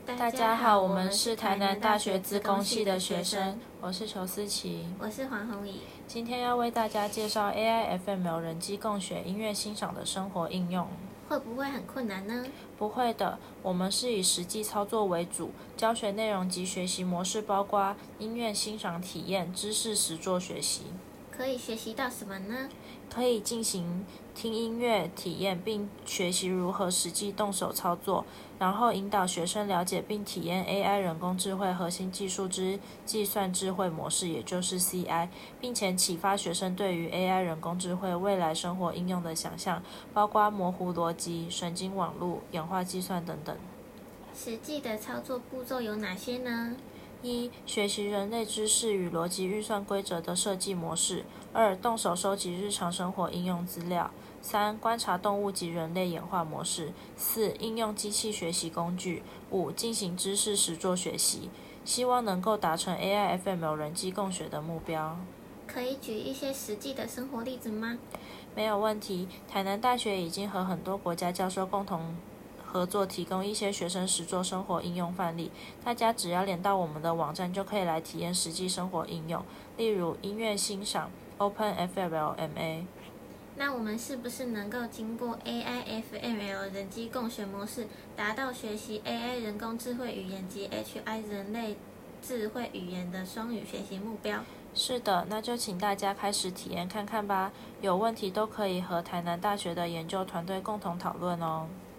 大家好，我们是台南大学资工系的学生，我是裘思琪， 我是黄宏怡。 今天要为大家介绍 AI-FML 人机共学音乐欣赏的生活应用。 会不会很困难呢？ 不会的，我们是以实际操作为主，教学内容及学习模式包括音乐欣赏体验、知识实作学习。 可以学习到什么呢？ 可以进行听音乐体验，并学习如何实际动手操作，然后引导学生了解并体验 AI 人工智慧核心技术之计算智慧模式，也就是 CI， 并且启发学生对于 AI 人工智慧未来生活应用的想象，包括模糊逻辑、神经网络、演化计算等等。 实际的操作步骤有哪些呢 ？1. 学习人类知识与逻辑运算规则的设计模式。2. 动手收集日常生活应用资料。3. 观察动物及人类演化模式。4. 应用机器学习工具。5. 进行知识实作学习。希望能够达成 AI-FML 人机共学的目标。 可以举一些实际的生活例子吗？ 没有问题。台南大学已经和很多国家教授共同合作，提供一些学生实作生活应用范例，大家只要连到我们的网站就可以来体验实际生活应用，例如音乐欣赏 OpenFLMA。 那我们是不是能够经过 AI-FML 人机共学模式，达到学习 AI 人工智慧语言及 HI 人类智慧语言的双语学习目标？ 是的，那就请大家开始体验看看吧，有问题都可以和台南大学的研究团队共同讨论哦。